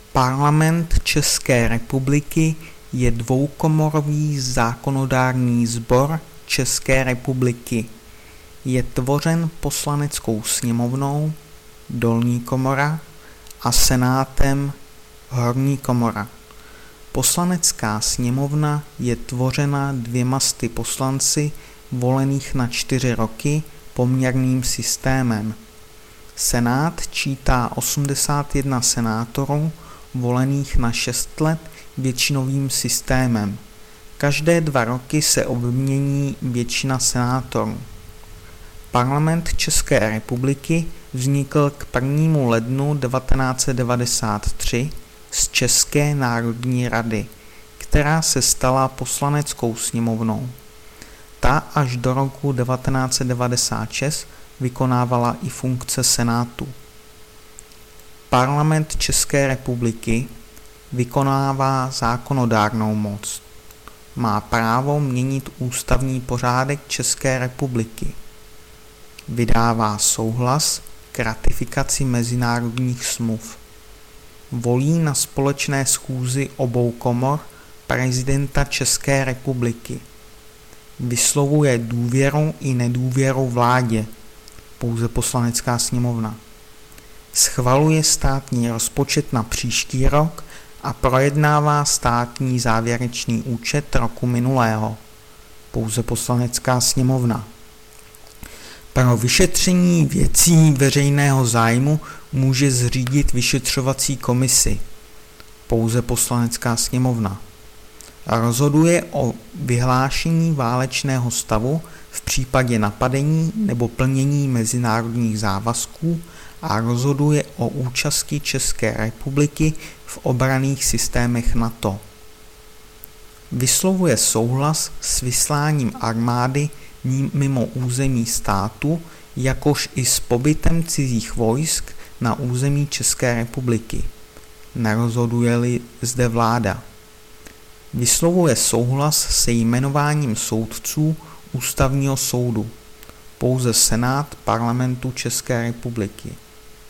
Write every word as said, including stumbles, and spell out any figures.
Parlament České republiky je dvoukomorový zákonodárný sbor České republiky. Je tvořen Poslaneckou sněmovnou, dolní komora, a Senátem, horní komora. Poslanecká sněmovna je tvořena dvěma sty poslanci volených na čtyři roky poměrným systémem. Senát čítá osmdesát jedna senátorů volených na šest let většinovým systémem. Každé dva roky se obmění většina senátorů. Parlament České republiky vznikl k prvnímu lednu devatenáct set devadesát tři z České národní rady, která se stala Poslaneckou sněmovnou. Ta až do roku devatenáct set devadesát šest vykonávala i funkce Senátu. Parlament České republiky vykonává zákonodárnou moc. Má právo měnit ústavní pořádek České republiky. Vydává souhlas k ratifikaci mezinárodních smluv. Volí na společné schůzi obou komor prezidenta České republiky. Vyslovuje důvěru i nedůvěru vládě, pouze Poslanecká sněmovna. Schvaluje státní rozpočet na příští rok a projednává státní závěrečný účet roku minulého, pouze Poslanecká sněmovna. Pro vyšetření věcí veřejného zájmu může zřídit vyšetřovací komisi, pouze Poslanecká sněmovna. Rozhoduje o vyhlášení válečného stavu v případě napadení nebo plnění mezinárodních závazků a rozhoduje o účasti České republiky v obranných systémech NATO. Vyslovuje souhlas s vysláním armády mimo území státu, jakož i s pobytem cizích vojsk na území České republiky. Nerozhoduje-li zde vláda. Vyslovuje souhlas se jmenováním soudců Ústavního soudu, pouze Senát Parlamentu České republiky.